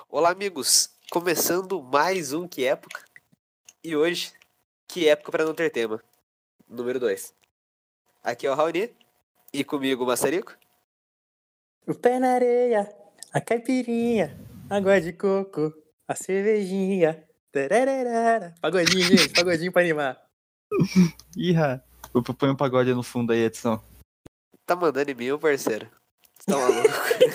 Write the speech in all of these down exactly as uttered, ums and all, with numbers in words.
Olá, amigos! Começando mais um Que Época. E hoje, Que Época para Não Ter Tema. Número dois. Aqui é o Raoni. E comigo o Maçarico. O pé na areia, a caipirinha, água de coco, a cervejinha. Tararara. Pagodinho, gente, pagodinho pra animar. Ih, eu ponho um pagode no fundo aí, edição. Tá mandando em mim, ô parceiro? Você tá maluco?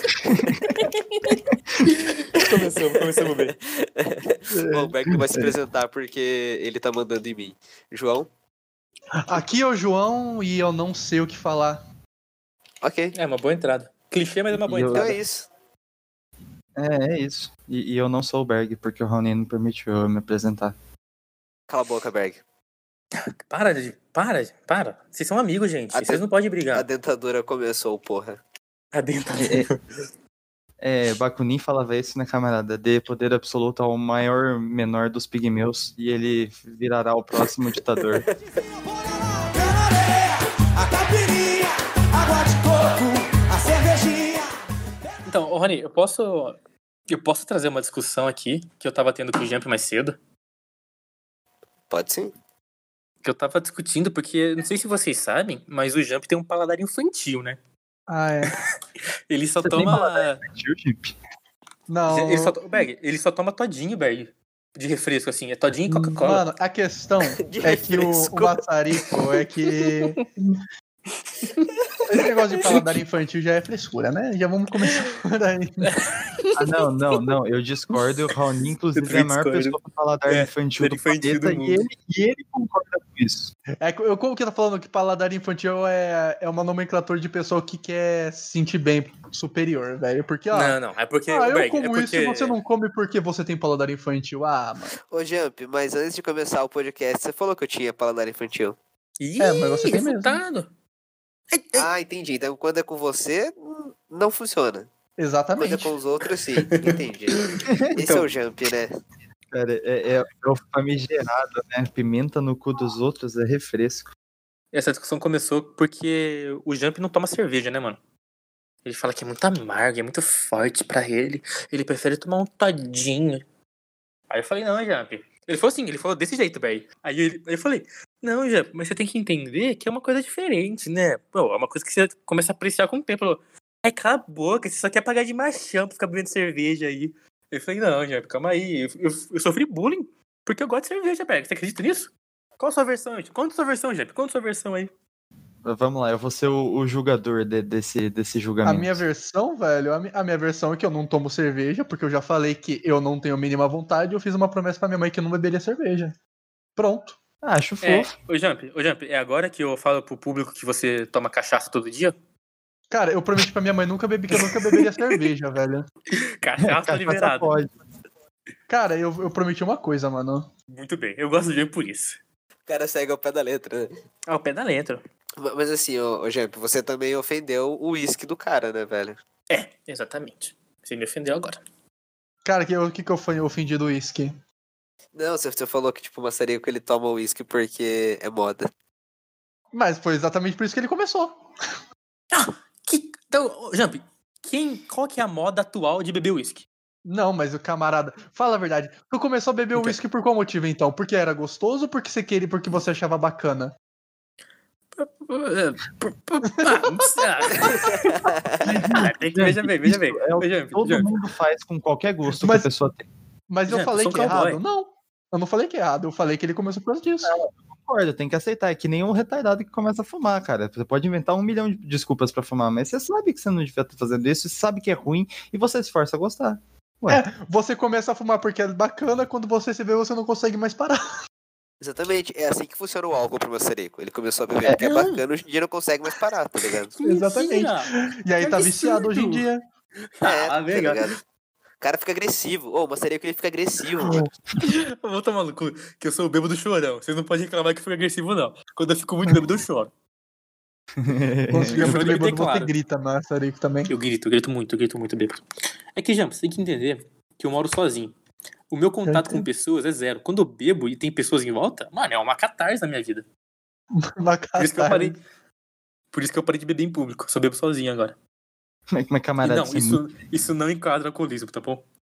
Começamos, começamos bem. Bom, o Berg não vai se apresentar porque ele tá mandando em mim. João? Aqui é o João e eu não sei o que falar. Ok. É uma boa entrada. Clichê, mas é uma boa E eu- Então entrada. é isso. É, é isso. E, e eu não sou o Berg, porque o Raoni não permitiu eu me apresentar. Cala a boca, Berg. Para, de, para, para. Vocês são amigos, gente. A Vocês de- não podem A brigar. dentadura começou, porra. A dentro. É, Bakunin falava isso, né, camarada? Dê poder absoluto ao maior menor dos pigmeus e ele virará o próximo ditador. A caipirinha, água de coco, a cervejinha. Então, ô, Rony, eu posso. Eu posso trazer uma discussão aqui que eu tava tendo com o Jump mais cedo. Pode sim. Que eu tava discutindo, porque não sei se vocês sabem, mas o Jump tem um paladar infantil, né? Ah, é. Ele só Você tem toma. Tio Chip. Não. Ele só, to- Berg, ele só toma todinho, Berg. De refresco, assim. É todinho e Coca-Cola. Mano, a questão De é que o, refresco. o maçarico é que. Esse negócio de paladar infantil já é frescura, né? Já vamos começar por aí. Ah, não, não, não. Eu discordo. E o Raoni, inclusive, Eu é a maior discordo. pessoa com paladar É, infantil do infantil do planeta. mundo. E ele, e ele concorda com isso. É, que- eu como que tá falando que paladar infantil é, é uma nomenclatura de pessoa que quer se sentir bem superior, velho. Porque, ó. Não, não. É porque. ah, eu Berg, como é porque... isso e você não come porque você tem paladar infantil. Ah, mano. Ô, Jump, mas antes de começar o podcast, você falou que eu tinha paladar infantil. Ih, É, mas você tem mesmo. refutado. Ai, ai. Ah, entendi. Então quando é com você, hum, não funciona. Quando é Exatamente. com os outros, sim. Entendi. Esse Então- é o Jump, né? Cara, é, é, é o famigerado, né? Pimenta no cu dos outros é refresco. Essa discussão começou porque o Jump não toma cerveja, né, mano? Ele fala que é muito amargo, é muito forte pra ele. Ele prefere tomar um todinho. Aí eu falei, não, Jump. Ele falou assim, ele falou desse jeito, velho. Aí, ele- aí eu falei, não, Jump, mas você tem que entender que é uma coisa diferente, né? Pô, é uma coisa que você começa a apreciar com o tempo. Ele falou, ai, cala a boca, você só quer pagar de machão pra ficar bebendo cerveja aí. Eu falei, não, Jump, calma aí. Eu, eu, eu sofri bullying porque eu gosto de cerveja, velho. Você acredita nisso? Qual a sua versão, gente? Conta a sua versão, Jump. Conta a sua versão aí. Vamos lá, eu vou ser o, o julgador de- desse, desse A julgamento. minha versão, velho, a, mi- a minha versão é que eu não tomo cerveja, porque eu já falei que eu não tenho a mínima vontade e eu fiz uma promessa pra minha mãe que eu não beberia cerveja. Pronto. Ah, acho É, fofo. ô Jump, ô Jump, é agora que eu falo pro público que você toma cachaça todo dia? Cara, eu prometi pra minha mãe nunca beber, que eu nunca beberia cerveja, velho. Cachaça tá Cachaça liberado. pode. Cara, eu, eu prometi uma coisa, mano. Muito bem, eu gosto do Jump por isso. O cara segue ao pé da letra, né? Ah, o pé da letra. Ma- Mas assim, ô, ô Jump, você também ofendeu o uísque do cara, né, velho? É, exatamente. Você me ofendeu agora. Cara, o que, eu- que, que eu fui ofendi do uísque? Não, você, você falou que, tipo, o Maçarico, ele toma uísque porque é moda. Mas foi exatamente por isso que ele começou. Que... Então, ô, Jump, quem... qual que é a moda atual de beber uísque? Não, mas o camarada, fala a verdade. Tu começou a beber Por quê? uísque por qual motivo, então? Porque era gostoso ou porque você queria, porque você achava bacana? Ah, não sei. Ah, tem que- veja bem, veja bem. É o Veja que bem, todo Jump. mundo faz com qualquer gosto Mas- que a pessoa tem. Mas eu Já, falei sou que é um cowboy. errado? Não. Eu não falei que é errado, eu falei que ele começou por causa disso. Concordo, tem que aceitar. É que nem um retardado que começa a fumar, cara. Você pode inventar um milhão de desculpas pra fumar, mas você sabe que você não devia estar fazendo isso, você sabe que é ruim e você se esforça a gostar. Ué. É, você começa a fumar porque é bacana, quando você se vê, você não consegue mais parar. Exatamente, é assim que funciona o álcool pro Maçarico. Ele começou a beber É, porque é não. bacana, hoje em dia não consegue mais parar, tá ligado? Exatamente. Mentira! E aí Que tá absurdo. viciado hoje em dia. É, Ah, tá legal. ligado? O cara fica agressivo. Ô, o Maçarico, ele fica agressivo, mano. Eu vou tomar no cu, que eu sou o bêbado chorão. Vocês não podem reclamar que eu fico agressivo, não. Quando eu fico muito bêbado, eu choro. Quando você Eu é muito vou bêbado, declarar. você grita, Maçarico, também. Eu grito, eu grito muito, eu grito muito bêbado. É que, Jump, você tem que entender que eu moro sozinho. O meu contato com pessoas é zero. Quando eu bebo e tem pessoas em volta, mano, é uma catarse na minha vida. Uma Por isso que eu catarse. parei. Por isso que eu parei de beber em público. Só bebo sozinho agora. Mas, mas E camarada, não, você é isso, isso não enquadra alcoolismo, tá bom?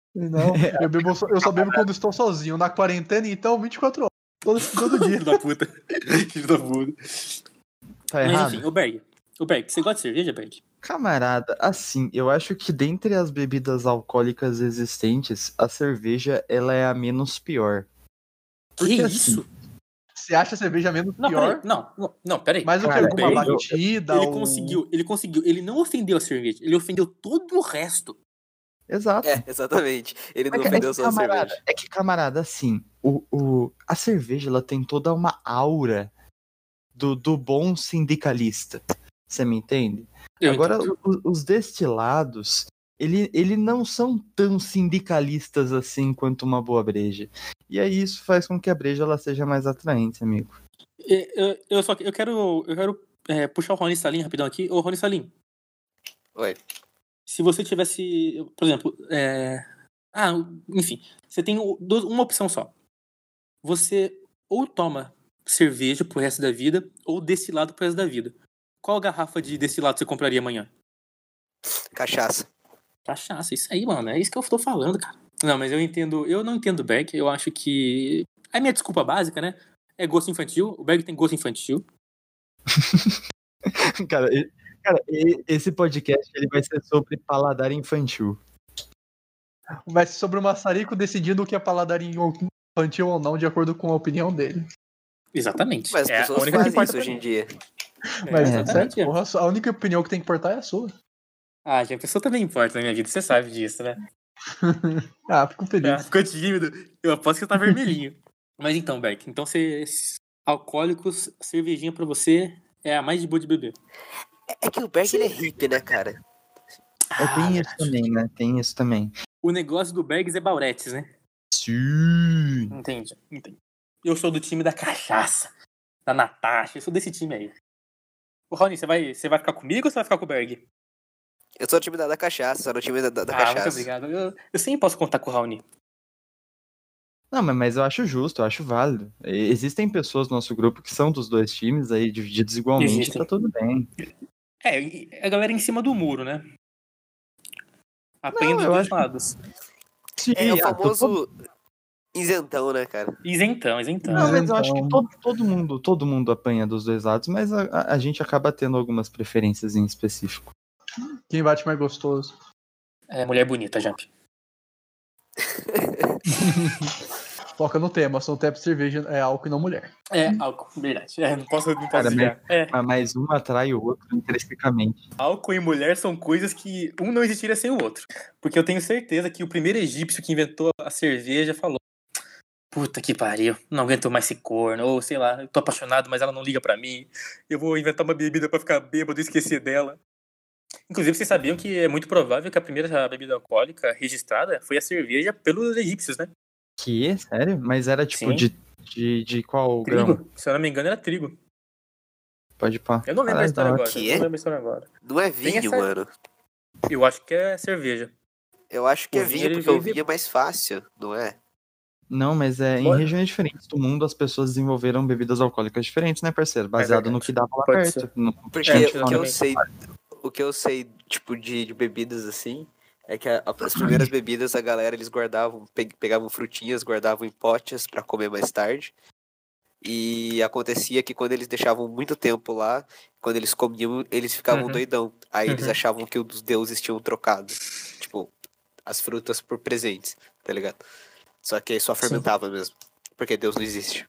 Não, eu, bebo, só- eu só bebo quando estou sozinho. Na quarentena, então, vinte e quatro horas. Todo, todo dia. Filho da puta. Filho da puta. Tá Mas errado? enfim, o Berg. O Berg, você gosta de cerveja, Berg? Camarada, assim, eu acho que dentre as bebidas alcoólicas existentes, a cerveja, ela é a menos pior. Que Porque, assim, isso? Você acha a cerveja menos Não, pior? peraí. Não, não, não, peraí. Mais do que Cara, alguma eu- batida Ele ou... conseguiu, ele conseguiu. Ele não ofendeu a cerveja, ele ofendeu todo o resto. exato. É, exatamente. Ele É não que, é ofendeu que, só a camarada, cerveja. é que, camarada, assim, o, o, a cerveja, ela tem toda uma aura do, do bom sindicalista. Você me entende? Eu Agora, entendo. o- os destilados, ele, ele não são tão sindicalistas assim quanto uma boa breja. E aí isso faz com que a breja ela seja mais atraente, amigo. É, Eu, eu só eu quero, eu quero é, puxar o Rony Salim rapidão aqui. Ô, Rony Salim, Oi. se você tivesse, por exemplo, é... ah, enfim, você tem o- do- uma opção só. Você ou toma cerveja pro resto da vida, ou destilado pro resto da vida. Qual garrafa de destilado você compraria amanhã? Cachaça. Cachaça, isso aí, mano. É isso que eu tô falando, cara. Não, mas eu entendo. Eu não entendo o Berg. Eu acho que. A minha desculpa básica, né? É gosto infantil. O Berg tem gosto infantil. Cara, e- cara, e- esse podcast ele vai ser sobre paladar infantil. Vai ser sobre o maçarico decidindo o que é paladar infantil ou não, de acordo com a opinião dele. Exatamente. Mas as é a pessoas única que fazem importa isso pra hoje em mim. dia. É, Mas, exatamente. certo, porra, a única opinião que tem que importar é a sua. Ah, já a pessoa também importa na minha vida. Você sabe disso, né? Ah, fico Ah, feliz. ficou tímido. Eu aposto que tá vermelhinho. Mas então, Berg, então você. Alcoólicos, cervejinha pra você é a mais de boa de beber. É que o Berg ele é hippie, né, cara? É, tem isso também, né? Tem isso também. O negócio do Bergs é Bauretes, né? Sim. Entendi, entendi. Eu sou do time da cachaça, da Natasha, eu sou desse time aí. Ô, Rony, você vai, você vai ficar comigo ou você vai ficar com o Berg? Eu sou o time da, da cachaça, sou do time da, da, da Ah, muito cachaça. obrigado. Eu, eu sempre posso contar com o Raoni. Não, mas, mas eu acho justo, eu acho válido. E- Existem pessoas no nosso grupo que são dos dois times aí, divididos igualmente, Existem. tá tudo bem. É, e a galera em cima do muro, né? Apanha Não, dos eu dois acho- lados. Sim, É o ah, tô- famoso isentão, né, cara? Isentão, isentão. Não, mas eu acho que Então- todo, todo mundo, todo mundo apanha dos dois lados, mas a, a- a gente acaba tendo algumas preferências em específico. Quem bate mais gostoso? É mulher bonita, Jump. Foca no tema, assunto é cerveja, é álcool e não mulher. É, álcool, verdade. É, não posso, não posso Cara, desviar. É, Mas- Mas um atrai o outro intrinsecamente. álcool e mulher são coisas que um não existiria sem o outro. Porque eu tenho certeza que o primeiro egípcio que inventou a cerveja falou: puta que pariu, não aguento mais esse corno. Ou sei lá, eu tô apaixonado, mas ela não liga pra mim. Eu vou inventar uma bebida pra ficar bêbado e esquecer dela. Inclusive, vocês sabiam que é muito provável que a primeira bebida alcoólica registrada foi a cerveja pelos egípcios, né? Que? Sério? Mas era tipo Sim. de, de, de qual grão? Trigo. Se eu não me engano, era trigo. Pode pá. Eu não lembro Ah, a história da hora. agora. Que Eu é? não lembro a história agora. Não é Tem vinho, essa- mano. Eu acho que é cerveja. Eu acho que O é vinho, vinho, ele porque o veio vinho é mais fácil, não é? Não, mas é em Pode- regiões diferentes do mundo as pessoas desenvolveram bebidas alcoólicas diferentes, né, parceiro? Baseado verdade. no que dava lá Pode perto. ser. No- Porque É, o que eu exatamente. sei, o que eu sei, tipo, de, de bebidas assim, é que a- as primeiras bebidas a galera eles guardavam, pe- pegavam frutinhas, guardavam em potes pra comer mais tarde. E acontecia que quando eles deixavam muito tempo lá, quando eles comiam, eles ficavam Uhum. doidão. Aí eles Uhum. achavam que os deuses tinham trocado, tipo, as frutas por presentes, tá ligado? Só que aí só fermentava mesmo, porque Deus não existe.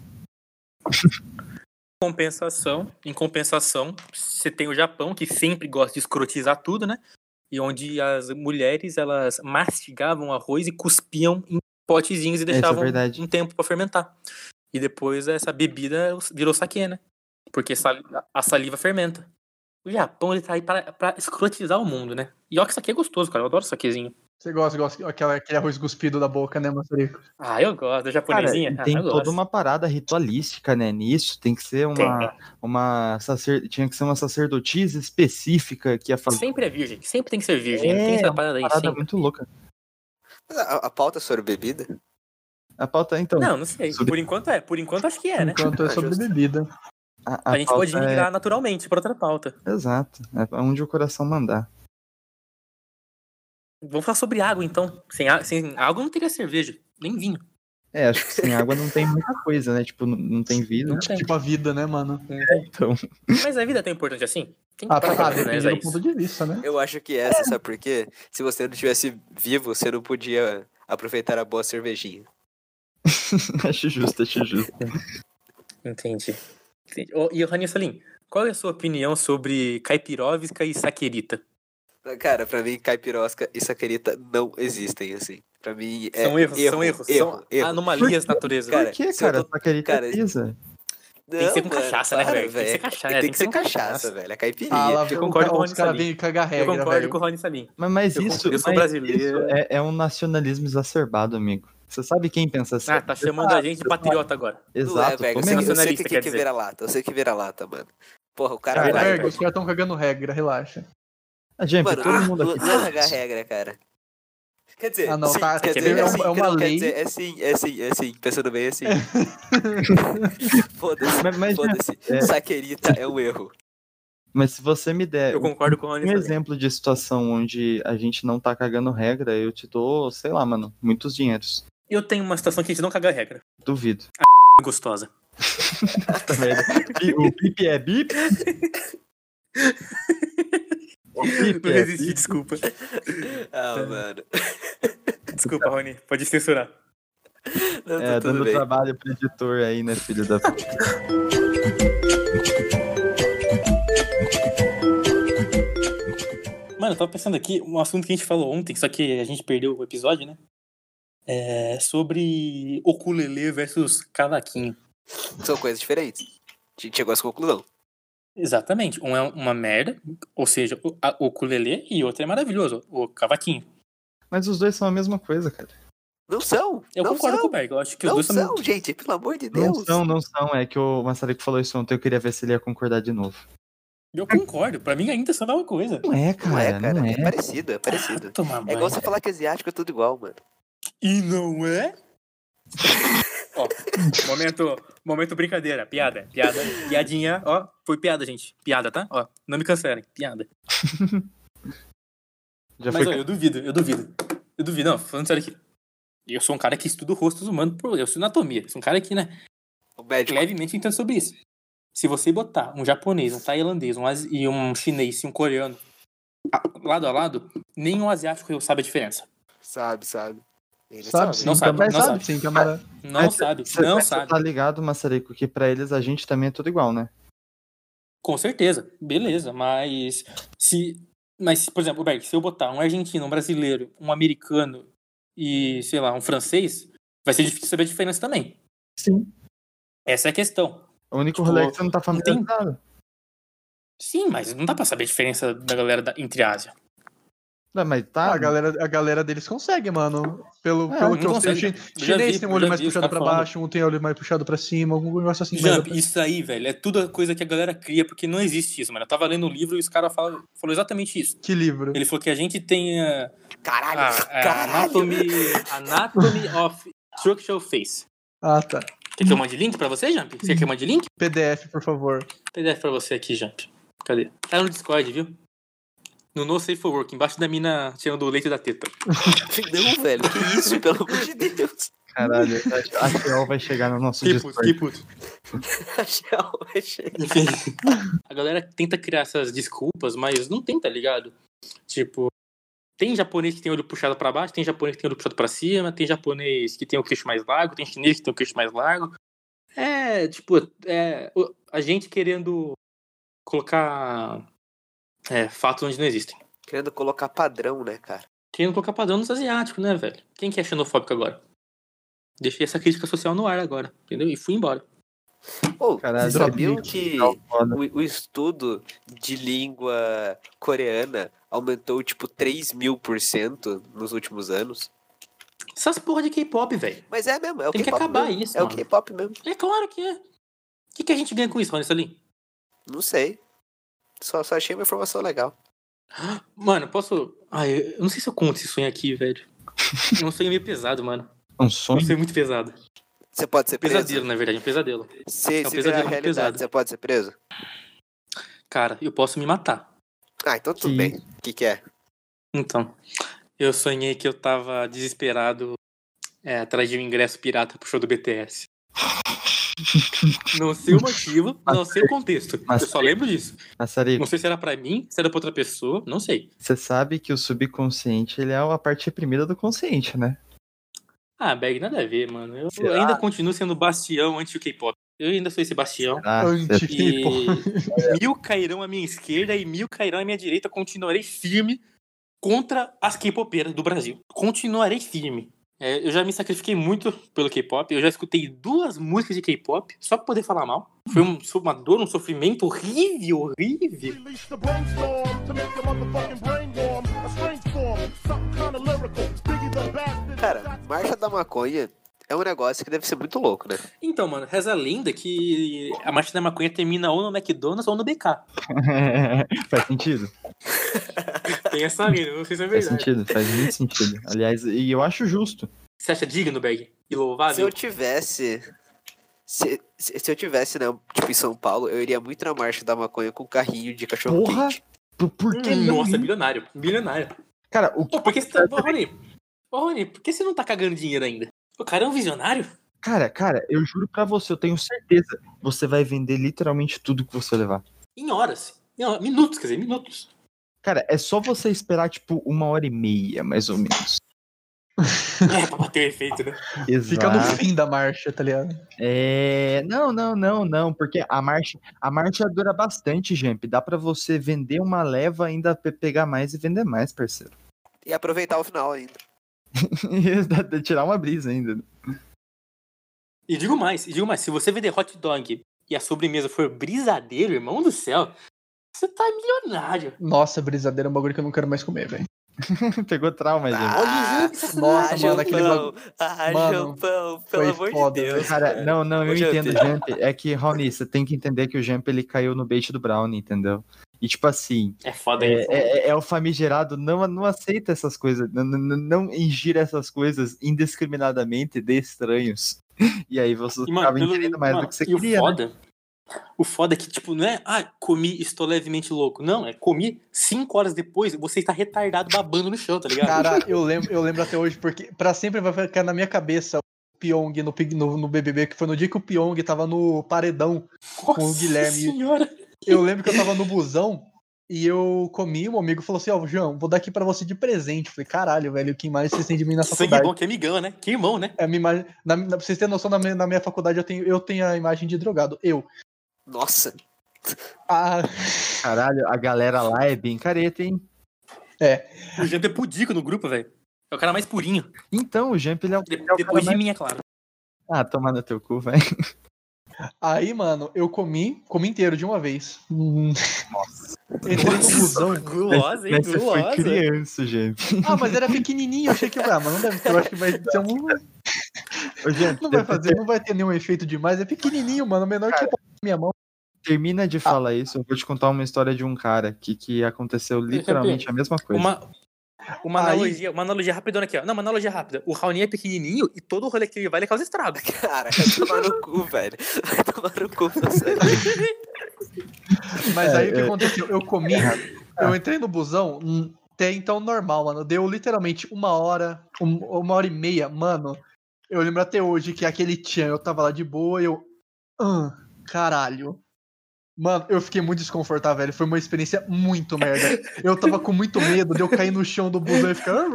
Compensação, em compensação, você tem o Japão, que sempre gosta de escrotizar tudo, né? E onde as mulheres, elas mastigavam arroz e cuspiam em potezinhos e Isso é deixavam verdade. um tempo pra fermentar. E depois essa bebida virou saquê, né? Porque sal- a saliva fermenta. O Japão, ele tá aí pra, pra escrotizar o mundo, né? E ó que saquê é gostoso, cara. Eu adoro saquezinho. Você gosta, gosta aquela, aquele arroz cuspido da boca, né, Maçarico? Ah, eu gosto. Da Cara, japonesinha? e Ah, tem eu toda gosto. uma parada ritualística, né, nisso. Tem que ser uma, uma sacer... tinha que ser uma sacerdotisa específica que ia fazer. Sempre é virgem. Sempre tem que ser virgem. É, tem essa uma parada aí, parada sempre. muito louca. Mas a, a pauta é sobre bebida? A pauta, então. Não, não sei. sobre- Por enquanto é. Por enquanto acho que é, né? Enquanto é Ah, sobre justo. bebida. A, A, gente pauta pode migrar naturalmente pra outra pauta. é... Exato. É onde o coração mandar. Vamos falar sobre água, então. Sem, á- sem água não teria cerveja, nem vinho. É, acho que sem água não tem muita coisa, né? Tipo, não, não tem vida. Não tem. Tipo a vida, né, mano? Não tem. Então, Mas a vida é tão importante assim? Tem que Ah, parar tá, pra depende analisar do ponto isso. de vista, né? Eu acho que essa, sabe por quê? Se você não tivesse vivo, você não podia aproveitar a boa cervejinha. acho justo, acho justo. Entendi. Entendi. Ô, e, Rani Salim, qual é a sua opinião sobre caipiróvica e saquerita? Cara, pra mim, caipirosca e saquerita não existem, assim. Pra mim, é São erros, erro, são erros. erro, são erro. anomalias da natureza. Cara, Por que, se eu cara? tô- Saquerita cara, é pizza. Tem que ser com Não, mano, cachaça, né, para, velho? Tem que ser cachaça, Tem que ser cachaça, velho. É caipirinha. Ah, lá Eu vem concordo com o os Rony caras Salim. vêm cagar Eu regra, concordo velho. com o Rony Salim. Mas, mas Eu- isso, eu sou mas brasileiro. isso é, é um nacionalismo exacerbado, amigo. Você sabe quem pensa assim? Ah, tá chamando a gente de patriota agora. Não é, Exato, velho. tô Eu sei, mesmo. eu sei Nacionalista, que, quer que dizer. vira lata. Eu sei que vira lata, mano. Porra, o cara Cara, vai. Berg, os caras tão cagando regra, relaxa. Ah, gente, Mano, todo não, mundo não, aqui. não é cagar regra, cara. Quer dizer, Ah, não, sim, tá, quer é dizer, uma- é, sim, é uma não, quer lei. dizer, é sim, é sim, é sim, pensando bem, é sim. Foda-se, Mas- mas, foda-se. é- Saquerita é um erro. Mas se você me der Eu concordo com o um Rony Salim. exemplo de situação onde a gente não tá cagando regra, eu te dou, sei lá, mano, muitos dinheiros. Eu tenho uma situação que a gente não caga a regra. Duvido. Gostosa. Puta merda. Bi- O bip é bip? O bip Não é resisti, bip? desculpa. Ah, mano. Desculpa, Rony. Pode censurar. Não, tá É, tudo dando bem. trabalho pro editor aí, né, filho da puta. Mano, eu tava pensando aqui, um assunto que a gente falou ontem, só que a gente perdeu o episódio, né? É sobre ukulele versus cavaquinho. São coisas diferentes. A gente chegou a essa conclusão. Exatamente. Um é uma merda, ou seja, o, a- o ukulele, e outro é maravilhoso, o cavaquinho. Mas os dois são a mesma coisa, cara. Não são. Eu não concordo são. com o Berg, eu acho que os Não dois são, são... gente, pelo amor de Não Deus. são, não são. É que o Massarico falou isso ontem, eu queria ver se ele ia concordar de novo. Eu concordo, pra mim ainda são a mesma coisa. Não é, Não é, cara, cara. não É é. parecido, é parecido. Toma É banho. igual você falar que asiático é tudo igual, mano. E não é? Ó, momento, momento brincadeira, piada, piada, piadinha, ó, foi piada, gente, piada, tá? Ó, não me cancelem, piada. Já Mas, foi. ó, eu duvido, eu duvido, eu duvido, não, falando sério aqui. Eu sou um cara que estuda rostos humanos, por- eu sou anatomia, sou um cara que, né, O médico. levemente entende sobre isso. Se você botar um japonês, um tailandês, um asi- e um chinês e um coreano a- lado a lado, nenhum asiático sabe a diferença. Sabe, sabe. Ele Sabe sim, Não sabe, camarada. não sabe sabe. sim, camarada. Não Mas sabe, cê- não mas cê sabe. tá ligado, Massarico, que pra eles a gente também é tudo igual, né? Com certeza, beleza, mas se, mas por exemplo, Berg, se eu botar um argentino, um brasileiro, um americano e, sei lá, um francês, vai ser difícil saber a diferença também. Sim. Essa é a questão. O único Tipo, rolê é que você não tá não tem- familiarizado. Sim, mas não dá pra saber a diferença da galera da, entre Ásia. Não, mas tá. a, galera, a galera deles consegue, mano. Pelo, É, pelo não que eu sei, o consegue. chi- Eu já chinês vi, tem um eu olho já mais vi os puxado caras pra falando. baixo, um tem olho mais puxado pra cima, algum negócio assim. Jump, mas- isso aí, velho, é tudo coisa que a galera cria, porque não existe isso, mano. Eu tava lendo um livro e os caras falam- falou exatamente isso. Que livro? Ele falou que a gente tem a, Caralho, a, a caralho. anatomy, anatomy of structural face. Ah, tá. Quer que eu mande link pra você, Jump? Você quer que eu mande link? P D F, por favor. P D F pra você aqui, Jump. Cadê? Tá no Discord, viu? No No Safe for Work, embaixo da mina tirando o leite da teta. Não, velho, que isso, pelo amor de Deus. Caralho, a Shell vai chegar no nosso Que puto, Discord. que puto. A Shell vai chegar. Enfim, a galera tenta criar essas desculpas, mas não tem, tá ligado? Tipo, tem japonês que tem olho puxado pra baixo, tem japonês que tem olho puxado pra cima, tem japonês que tem o queixo mais largo, tem chinês que tem o queixo mais largo. É, tipo, é, o- a gente querendo colocar é, fatos onde não existem. Querendo colocar padrão, né, cara? Querendo colocar padrão nos asiáticos, né, velho? Quem que é xenofóbico agora? Deixei essa crítica social no ar agora, entendeu? E fui embora. Pô, Caralho, vocês sabiam Dropkick, que tá foda. o, o estudo de língua coreana aumentou, tipo, três mil por cento nos últimos anos? Essas porra de K-pop, velho. Mas é mesmo, é o Tem que K-pop acabar mesmo. isso, É o mano. K-pop mesmo. É claro que é. O que, que a gente ganha com isso, Rony Salim? Não sei. Só, só achei uma informação legal. Mano, posso... Ai, eu não sei se eu conto esse sonho aqui, velho. É um sonho meio pesado, mano. Um Um sonho? sonho muito pesado. Você pode ser preso? Pesadelo, na verdade, um pesadelo. Se, É um se virar pesadelo muito realidade, pesado. você pode ser preso? Cara, eu posso me matar. Ah, então tudo Que- bem. O que que é? Então, Eu sonhei que eu tava desesperado é, atrás de um ingresso pirata pro show do B T S. Não sei o motivo, não sei o contexto. Eu só lembro disso. Maçarico, Não sei se era pra mim, se era pra outra pessoa, não sei. você sabe que o subconsciente ele é a parte reprimida do consciente, né? Ah, Bag, nada a ver, mano. Eu Será? ainda continuo sendo bastião anti o K-pop. Eu ainda sou esse bastião. Ah, Anti- E mil cairão à minha esquerda e mil cairão à minha direita. Continuarei firme contra as K-popeiras do Brasil. Continuarei firme. É, eu já me sacrifiquei muito pelo K-pop. Eu já escutei duas músicas de K-pop só pra poder falar mal. Foi um, uma dor, um sofrimento horrível, horrível. Release the brainstorm to make your motherfucking brain warm. A strange form, something kind of lyrical. Biggie the bastard. Cara, Marcha da Maconha é um negócio que deve ser muito louco, né? Então, mano, reza a lenda que a Marcha da Maconha termina ou no McDonald's ou no B K. Faz sentido. Tem essa lenda, não sei se é Faz verdade. sentido, faz muito sentido. Aliás, e eu acho justo. Você acha digno, Bag? E Se louvável? eu tivesse. Se, se, se eu tivesse, né, tipo, em São Paulo, eu iria muito na Marcha da Maconha com um carrinho de cachorro Porra! quente. Por, por que Hum, não? Nossa, hein? bilionário. Bilionário. Cara, o que Pô, por que você tá... Ô, Rony, ô, Rony, por que você não tá cagando dinheiro ainda? O cara é um visionário? Cara, cara, eu juro pra você, eu tenho certeza, você vai vender literalmente tudo que você levar. Em horas. Em horas. Minutos, quer dizer, minutos. Cara, é só você esperar, tipo, uma hora e meia, mais ou menos. É, pra bater o efeito, né? Exato. Fica no fim da marcha, tá ligado? É... Não, não, não, não, porque a marcha, a marcha dura bastante, gente. Dá pra você vender uma leva, ainda pe- pegar mais e vender mais, parceiro. E aproveitar o final ainda. Dá pra tirar uma brisa ainda. E digo mais, e digo mais, se você vender hot dog e a sobremesa for brisadeiro, irmão do céu, você tá milionário. Nossa, brisadeiro é um bagulho que eu não quero mais comer, velho. Pegou trauma, gente. Ah, Nossa, ah, mano, aquele Jampão, bagulho. ah, Mano, Jampão, foi pelo amor foda, de Deus. velho. Cara, não, não, eu Ô, Jamp. entendo, Jamp. É que, Raoni, você tem que entender que o Jamp, ele caiu no bait do Brownie, entendeu? E, tipo assim, É foda é, isso. é, é o famigerado, não, não aceita essas coisas, não, não, não ingira essas coisas indiscriminadamente de estranhos. E aí você E, mano, acaba pelo- ingerindo mais mano, do que você e queria, o né? foda, o foda é que, tipo, não é, ah, comi, estou levemente louco. Não, é comi cinco horas depois, você está retardado babando no chão, tá ligado? Cara, eu lembro, eu lembro até hoje, porque pra sempre vai ficar na minha cabeça o Pyong no, Pig- no, no B B B, que foi no dia que o Pyong tava no paredão com o Nossa Guilherme. senhora. Eu lembro que eu tava no busão e eu comi, um amigo falou assim, ó, João, vou dar aqui pra você de presente. Eu falei, caralho, velho, que imagem vocês têm de mim na Sangue faculdade? bom que é amigão, né? Que irmão, né? É a minha imagem, na, na, pra vocês terem noção, na minha, na minha faculdade eu tenho, eu tenho a imagem de drogado. Eu. Nossa, Ah, Caralho, a galera lá é bem careta, hein? O Jamp é pudico no grupo, velho. É o cara mais purinho. Então, o Jamp, ele é o, De- ele é o depois cara de mais... mim, é claro. Ah, tomar no teu cu, velho. aí, mano, eu comi, comi inteiro de uma vez. Hum. Entrei no busão. Gulosa, hein? Mas você foi Gulosa. criança, Jamp. Ah, mas era pequenininho, eu achei que, ah, mas não deve ter, eu acho que vai ser um... Ô, Jamp, Não vai fazer, não vai ter nenhum efeito demais, é pequenininho, mano, menor que a minha mão. termina de falar isso, eu vou te contar uma história de um cara que, que aconteceu literalmente a mesma coisa. Uma, uma, Aí- analogia, uma analogia rapidona aqui, ó. Não, uma analogia rápida. O Raoni é pequenininho e todo o rolê que ele vai, ele causa estrago. cara, vai tomar no cu, velho. Vai tomar no cu, você. Mas É, aí o que é. aconteceu? Eu comi, eu entrei no busão, hum, até então normal, mano. Deu literalmente uma hora, um- uma hora e meia, mano. Eu lembro até hoje que aquele tchan, eu tava lá de boa e eu. Ah, caralho. Mano, eu fiquei muito desconfortável, velho. Foi uma experiência muito merda. Eu tava com muito medo de eu cair no chão do busão e ficar.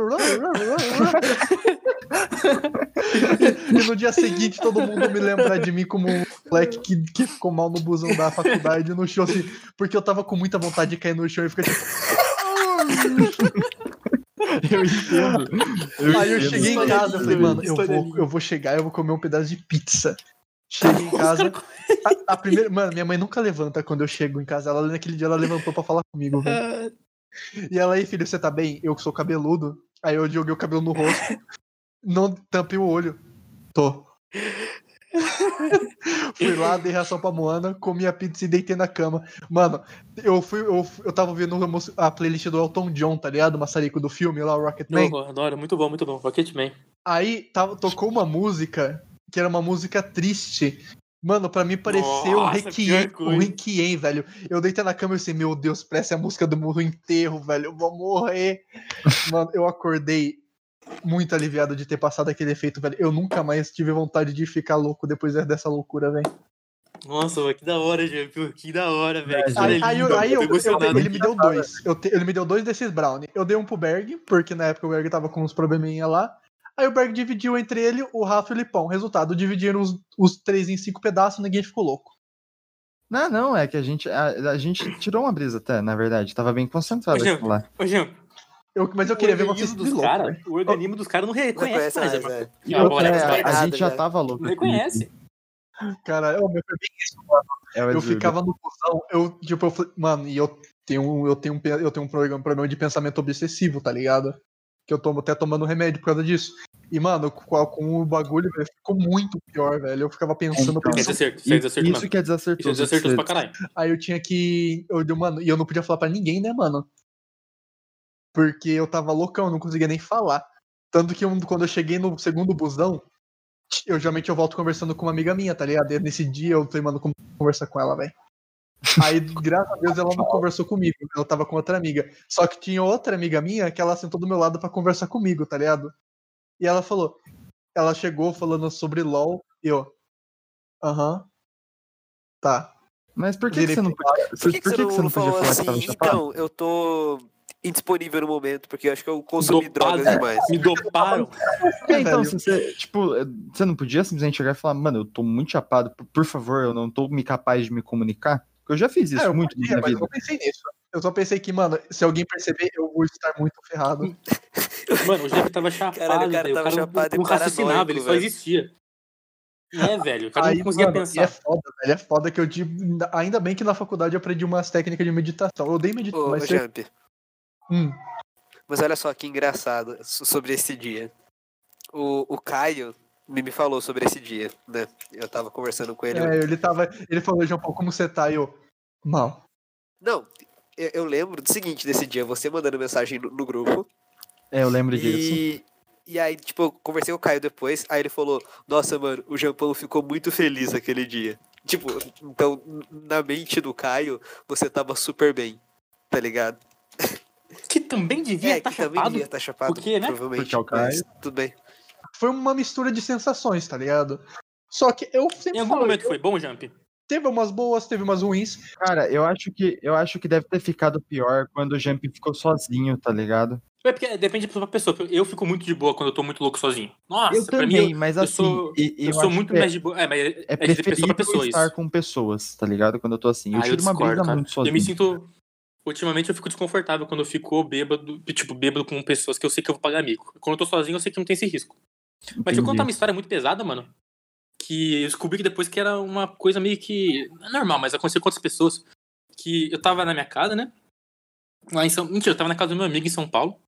E no dia seguinte todo mundo me lembrar de mim como um moleque que, que ficou mal no busão da faculdade no chão, assim, porque eu tava com muita vontade de cair no chão e ficar tipo. Eu entendo. Eu Aí eu entendo. cheguei em História casa, eu falei, linda, mano, eu história vou, linda. eu vou chegar e eu vou comer um pedaço de pizza. Cheguei em casa. A, a primeira. Mano, minha mãe nunca levanta quando eu chego em casa. Ela naquele dia ela levantou pra falar comigo, velho. E ela aí, filho, você tá bem? Eu que sou cabeludo. Aí eu joguei o cabelo no rosto. Não tampei o olho. Tô. Fui lá, dei ração pra Moana, comi a pizza e deitei na cama. Mano, eu fui, eu, eu tava vendo a playlist do Elton John, tá ligado? O maçarico do filme lá, o Rocketman. Eu adoro, muito bom, muito bom. Rocketman. Aí tava, tocou uma música que era uma música triste. Mano, pra mim pareceu um Nossa, requiem, pior coisa. um requiem, velho. Eu deitei na cama e pensei, meu Deus, parece a música do Murro Enterro, velho. Eu vou morrer. Mano, eu acordei muito aliviado de ter passado aquele efeito, velho. Eu nunca mais tive vontade de ficar louco depois dessa loucura, velho. Nossa, mano, que da hora, Jean. Que da hora, velho. Que É, história Aí, aí, eu, linda, aí eu eu, tô eu- emocionado. ele me deu dois. Eu te- ele me deu dois desses brownie. Eu dei um pro Berg, porque na época o Berg tava com uns probleminha lá. Aí o Berg dividiu entre ele, o Rafa e o Lipão. Resultado, dividiram os, os três em cinco pedaços, ninguém ficou louco. Não, não, é que a gente, a, a gente tirou uma brisa até, na verdade. Tava bem Ô, concentrado Jean, aquilo lá. ô, Jean, Eu, mas eu o queria ver vocês organismo se dos louco, caras, velho. o organismo dos caras não Não reconhece conhece mais. mais, é, né? que Eu- agora é, é, a, a nada gente já já. tava louco. não aqui. reconhece. Cara, eu, meu, foi bem isso. É o Eu Exílio. ficava no busão, eu, tipo, eu, falei, mano, e eu tenho, eu tenho, um, pe- eu tenho um problema, um problema de pensamento obsessivo, tá ligado? Que eu tomo até tomando remédio por causa disso. E, mano, com, com o bagulho, velho, ficou muito pior, velho. Eu ficava pensando, Então, Isso é pensando. desacerto, isso é E- desacerto, isso mano. que é Isso é desassertoso. desacertoso que pra caralho. Aí eu tinha que. Eu, deu, mano, e eu não podia falar pra ninguém, né, mano? Porque eu tava loucão, eu não conseguia nem falar. Tanto que eu- quando eu cheguei no segundo busão, eu geralmente eu volto conversando com uma amiga minha, tá ligado? E nesse dia eu tô mano como conversar com ela, velho. Aí, graças a Deus, ela não conversou comigo. Ela tava com outra amiga. Só que tinha outra amiga minha que ela sentou do meu lado pra conversar comigo, tá ligado? E ela falou. Ela chegou falando sobre LOL e eu. Aham. Tá. Mas por que, que Virei você não pro podia, Por que, que você não, podia falou falar que assim? tava chapado? Então, eu tô indisponível no momento, porque eu acho que eu consumi Dopado, drogas demais. me doparam. É, então, velho. se você, tipo, você não podia simplesmente chegar e falar, mano, eu tô muito chapado, por, por favor, eu não tô me capaz de me comunicar? Porque eu já fiz isso É, eu muito podia, na minha mas eu vida. não pensei nisso. Eu só pensei que, mano, se alguém perceber, eu vou estar muito ferrado. Mano, o Jeff tava chapado, Caralho, o cara velho. O tava cara não- chapado e não raciocinava, paranoico, ele só velho. existia. É, velho, o cara Aí, não conseguia mano, e pensar. é foda, velho. É foda que eu tive. Ainda bem que na faculdade eu aprendi umas técnicas de meditação. Eu odeio meditar, Ô, mas. ô, você- Jump, Hum, mas olha só que engraçado so- sobre esse dia. O, o Caio me, me falou sobre esse dia, né? Eu tava conversando com ele. é, ele tava. Ele falou, João Paulo, como você tá? E eu. Mal. Não, eu, eu lembro do seguinte desse dia, você mandando mensagem no, no grupo. É, eu lembro disso. E, e aí, tipo, eu conversei com o Caio depois, aí ele falou, nossa, mano, o Jampão ficou muito feliz aquele dia. Tipo, então, na mente do Caio, você tava super bem, tá ligado? Que também devia É, estar que também chapado. devia estar chapado, Porque, né? provavelmente. Porque é o mas Caio. tudo bem. Foi uma mistura de sensações, tá ligado? Só que eu sempre Em algum falo, momento foi bom, Jump? teve umas boas, teve umas ruins. Cara, eu acho que eu acho que deve ter ficado pior quando o Jump ficou sozinho, tá ligado? É porque depende da pessoa. Eu fico muito de boa quando eu tô muito louco sozinho. Nossa, eu pra também, mim, eu, mas eu assim, sou, e- e eu eu sou acho muito que é- mais de boa. É, mas é, É é de pessoa preferível pra pessoa estar isso. com pessoas, tá ligado? Quando eu tô assim. Eu Ah, tiro uma discordo, brisa cara. muito sozinho. Eu me sinto. Ultimamente eu fico desconfortável quando eu fico bêbado, tipo, bêbado com pessoas que eu sei que eu vou pagar mico. Quando eu tô sozinho, eu sei que não tem esse risco. Mas deixa eu Entendi. contar uma história muito pesada, mano. Que eu descobri que depois que era uma coisa meio que. Não é normal, mas aconteceu com outras pessoas. Que eu tava na minha casa, né? Lá em São. Mentira, eu tava na casa do meu amigo em São Paulo.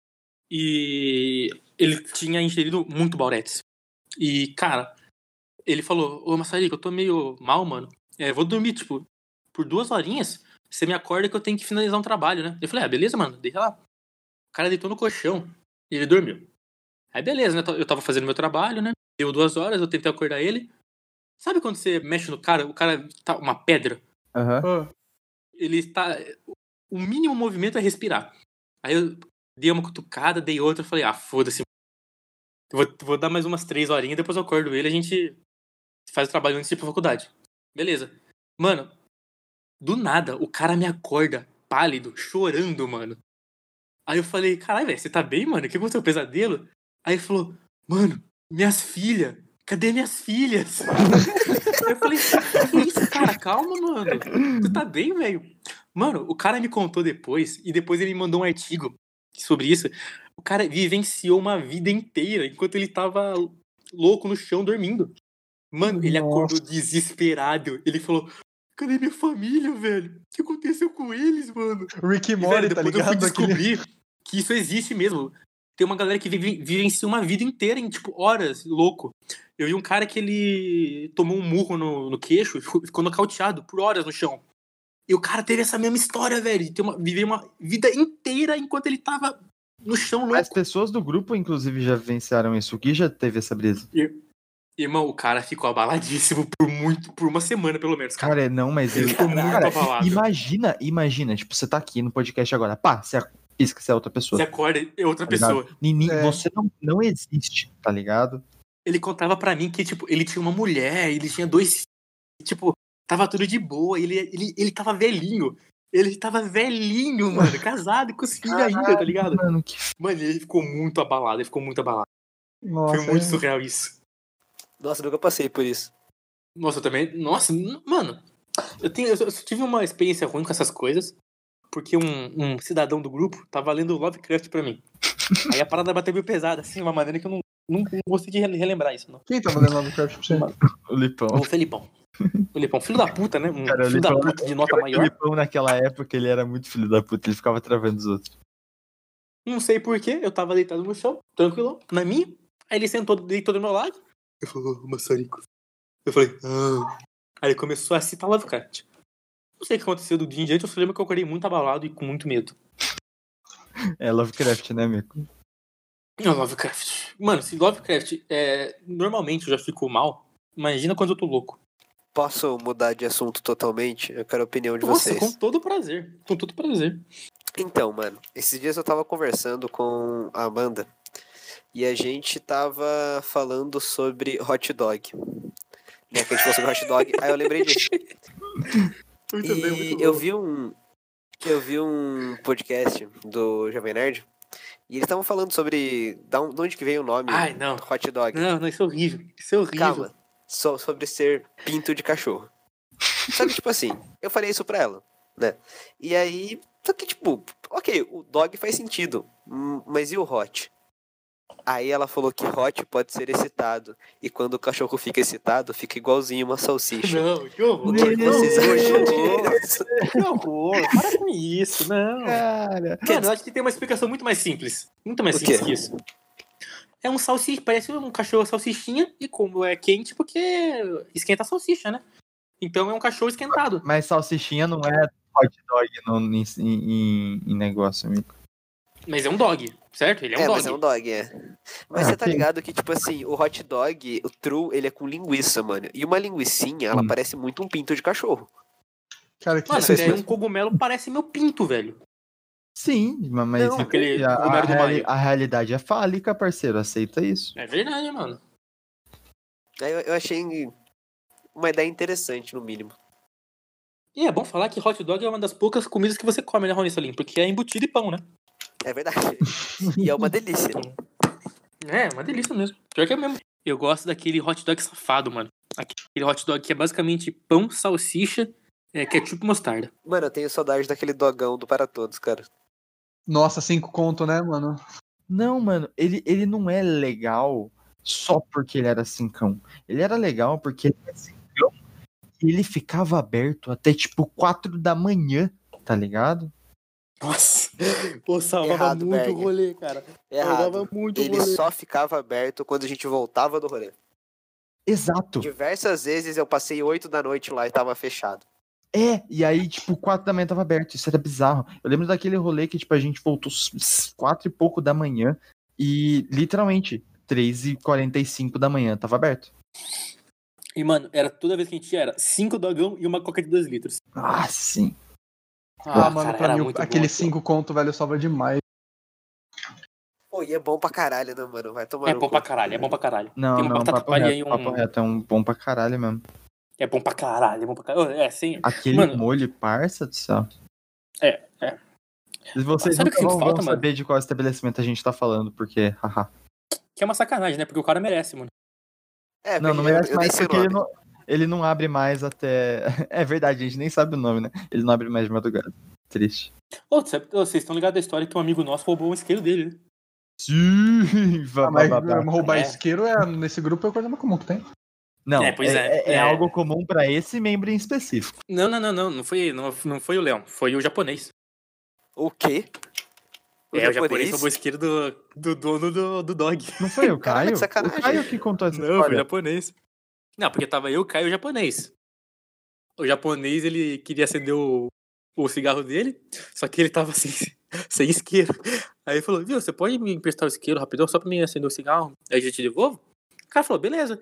E ele tinha ingerido muito Bauretes. E, cara, ele falou: Ô, Massarico, eu tô meio mal, mano. É, vou dormir, tipo, por duas horinhas. Você me acorda que eu tenho que finalizar um trabalho, né? Eu falei: ah, beleza, mano, deixa lá. O cara deitou no colchão e ele dormiu. Aí, beleza, né? Eu tava fazendo meu trabalho, né? Deu duas horas, eu tentei acordar ele. Sabe quando você mexe no cara, o cara tá uma pedra? Aham. Ah, Ele está. O mínimo movimento é respirar. Aí eu dei uma cutucada, dei outra, falei, ah, foda-se. Vou, vou dar mais umas três horinhas, depois eu acordo ele, a gente faz o trabalho antes de ir pra faculdade. Beleza. Mano, do nada, o cara me acorda, pálido, chorando, mano. Aí eu falei, caralho, velho, você tá bem, mano? O que aconteceu? Pesadelo? Aí ele falou, mano, minhas filhas. Cadê minhas filhas? Eu falei, que isso, cara? Calma, mano. Tu tá bem, velho? Mano, o cara me contou depois, e depois ele me mandou um artigo sobre isso. O cara vivenciou uma vida inteira enquanto ele tava louco no chão, dormindo. Mano, ele Nossa. acordou desesperado. Ele falou, cadê minha família, velho? O que aconteceu com eles, mano? Rick e E, velho, Morty, tá depois eu fui ligado? Aquele- descobrir que isso existe mesmo. Tem uma galera que vive, vivencia uma vida inteira em, tipo, horas, louco. Eu vi um cara que ele tomou um murro no, no queixo e ficou, ficou nocauteado por horas no chão. E o cara teve essa mesma história, velho, de ter uma, viver uma vida inteira enquanto ele tava no chão louco. As pessoas do grupo, inclusive, já vivenciaram isso. O Gui já teve essa brisa. Irmão, o cara ficou abaladíssimo por muito, por uma semana, pelo menos, cara. Cara, não, mas Ele ele. ficou muito Cara, abalado. imagina, imagina, tipo, você tá aqui no podcast agora, pá, você pisca, você é outra pessoa. Você acorda, é outra tá ligado? pessoa. Nini, É. você não, não existe, tá ligado? Ele contava pra mim que, tipo, ele tinha uma mulher, ele tinha dois... Tipo, tava tudo de boa, ele, ele, ele tava velhinho. Ele tava velhinho, mano, casado e com os filhos ainda, tá ligado? Mano, que Mano, ele ficou muito abalado, ele ficou muito abalado. Nossa, Foi muito é- surreal isso. Nossa, eu nunca passei por isso. Nossa, eu também... Nossa, n- mano, eu, tenho, eu, eu tive uma experiência ruim com essas coisas, porque um, um cidadão do grupo tava lendo Lovecraft pra mim. Aí a parada bateu meio pesada, assim, de uma maneira que eu não, não, não consegui rele- relembrar isso, não. Quem tava lendo Lovecraft pra você? o Lipão. O Felipão. O Felipão, filho da puta, né? Um Cara, o filho da Lipão- puta de nota O maior. Lipão naquela época, ele era muito filho da puta, ele ficava travando os outros. Não sei porquê, eu tava deitado no chão, tranquilo, na minha. Aí ele sentou, deitou do meu lado. Eu falei, oh, maçarico. Eu falei, ah. Aí ele começou a citar Lovecraft. Não sei o que aconteceu do dia em diante, eu só lembro que eu acordei muito abalado e com muito medo. É Lovecraft, né, amigo? Não, Lovecraft. Mano, se Lovecraft é... normalmente eu já fico mal, imagina quando eu tô louco. Posso mudar de assunto totalmente? Eu quero a opinião de Nossa, vocês. com todo prazer. Com todo prazer. Então, mano, esses dias eu tava conversando com a Amanda e a gente tava falando sobre hot dog. Né, que a gente falou sobre hot dog, aí eu lembrei disso. Muito E bem, muito eu bom. vi um eu vi um podcast do Jovem Nerd e eles estavam falando sobre da on- de onde que vem o nome Ai, não. hot dog. Não, não, isso é horrível. Isso é horrível. Calma, só sobre ser pinto de cachorro. Só que tipo assim, eu falei isso pra ela, né? E aí, só que tipo, ok, o dog faz sentido, hum, mas e o hot? Aí ela falou que hot pode ser excitado e quando o cachorro fica excitado, fica igualzinho uma salsicha. Não, que horror. O que que vocês horror, acham que horror. disso? Que horror. Para com isso, não. Cara, Mano, eu acho que tem uma explicação muito mais simples. Muito mais O simples quê? que isso. É um salsicha, parece um cachorro salsichinha, e como é quente, porque esquenta a salsicha, né? Então é um cachorro esquentado. mas salsichinha não é hot dog no, em, em, em negócio, amigo. Mas é um dog, certo? Ele é um É, dog. mas é um dog, é. Mas Ah, você tá sim. ligado que, tipo assim, o hot dog, o true, ele é com linguiça, mano. E uma linguicinha, ela Hum. parece muito um pinto de cachorro. Cara, que Mano, Isso é até mesmo. um cogumelo parece meu pinto, velho. Sim, ma- mas Não, aquele a, a, cogumelo do reali- Mario. a realidade é fálica, parceiro. Aceita isso. É verdade, mano. Aí eu, eu achei uma ideia interessante, no mínimo. E é bom falar que hot dog é uma das poucas comidas que você come, né, Rony Salim? Porque é embutido e pão, né? É verdade. E é uma delícia. É, uma delícia mesmo. Pior que é mesmo. Eu gosto daquele hot dog safado, mano. Aquele hot dog que é basicamente pão, salsicha, é, ketchup e mostarda. Mano, eu tenho saudade daquele dogão do Para Todos, cara. Nossa, cinco conto, né, mano? Não, mano, ele, ele não é legal só porque ele era cincão. Ele era legal porque ele é cincão e ele ficava aberto até tipo quatro da manhã, tá ligado? Nossa, pô, salvava Errado, muito Berg. o rolê, cara. Errado. Salvava muito o Ele rolê. só ficava aberto quando a gente voltava do rolê. Exato. Diversas vezes eu passei oito da noite lá e tava fechado. É, e aí, tipo, quatro da manhã tava aberto. Isso era bizarro. Eu lembro daquele rolê que, tipo, a gente voltou s- quatro e pouco da manhã e, literalmente, três e quarenta e cinco da manhã tava aberto. E, mano, era toda vez que a gente ia, era cinco dogão e uma coca de dois litros. Ah, sim. Ah, mano, cara, pra era mim, muito aquele bom, cinco conto, velho, salva demais. Pô, e é bom pra caralho, né, mano? Vai tomar É no bom cu. pra caralho, é bom pra caralho. Não, Tem uma não, batata papo palha reto, aí, um... papo reto. É um bom pra caralho mesmo. É bom pra caralho, é bom pra caralho. É, sim. Aquele Mano, molho parça do céu. é, é. Vocês Sabe o nunca que sinto vão, falta, vão mano? saber de qual estabelecimento a gente tá falando, porque, haha. Que é uma sacanagem, né? Porque o cara merece, mano. É, Não, não porque eu- merece eu nem mais sei o porque ele nome. não, ele não abre mais até... É verdade, a gente nem sabe o nome, né? Ele não abre mais de madrugada. Triste. Ô, sabe- ô, vocês estão ligados à história que um amigo nosso roubou um isqueiro dele, né? Sim! Ah, mas roubar É. isqueiro é, nesse grupo é a coisa mais comum que tem. Não, É, pois é, é, é é. algo comum pra esse membro em específico. Não, não, não, não. Não foi, não, não foi o Leão. Foi o japonês. O quê? é, o japonês roubou o isqueiro do, do dono do, do dog. Não foi o Caralho, Caio? que sacanagem. O Caio que contou essa Não, foi o história. japonês. Não, porque tava eu, o Caio e o japonês. O japonês, ele queria acender o, o cigarro dele, só que ele tava sem, sem isqueiro. Aí ele falou, viu, você pode me emprestar o isqueiro rapidão só pra mim acender o cigarro? Aí a gente devolve? O cara falou, beleza.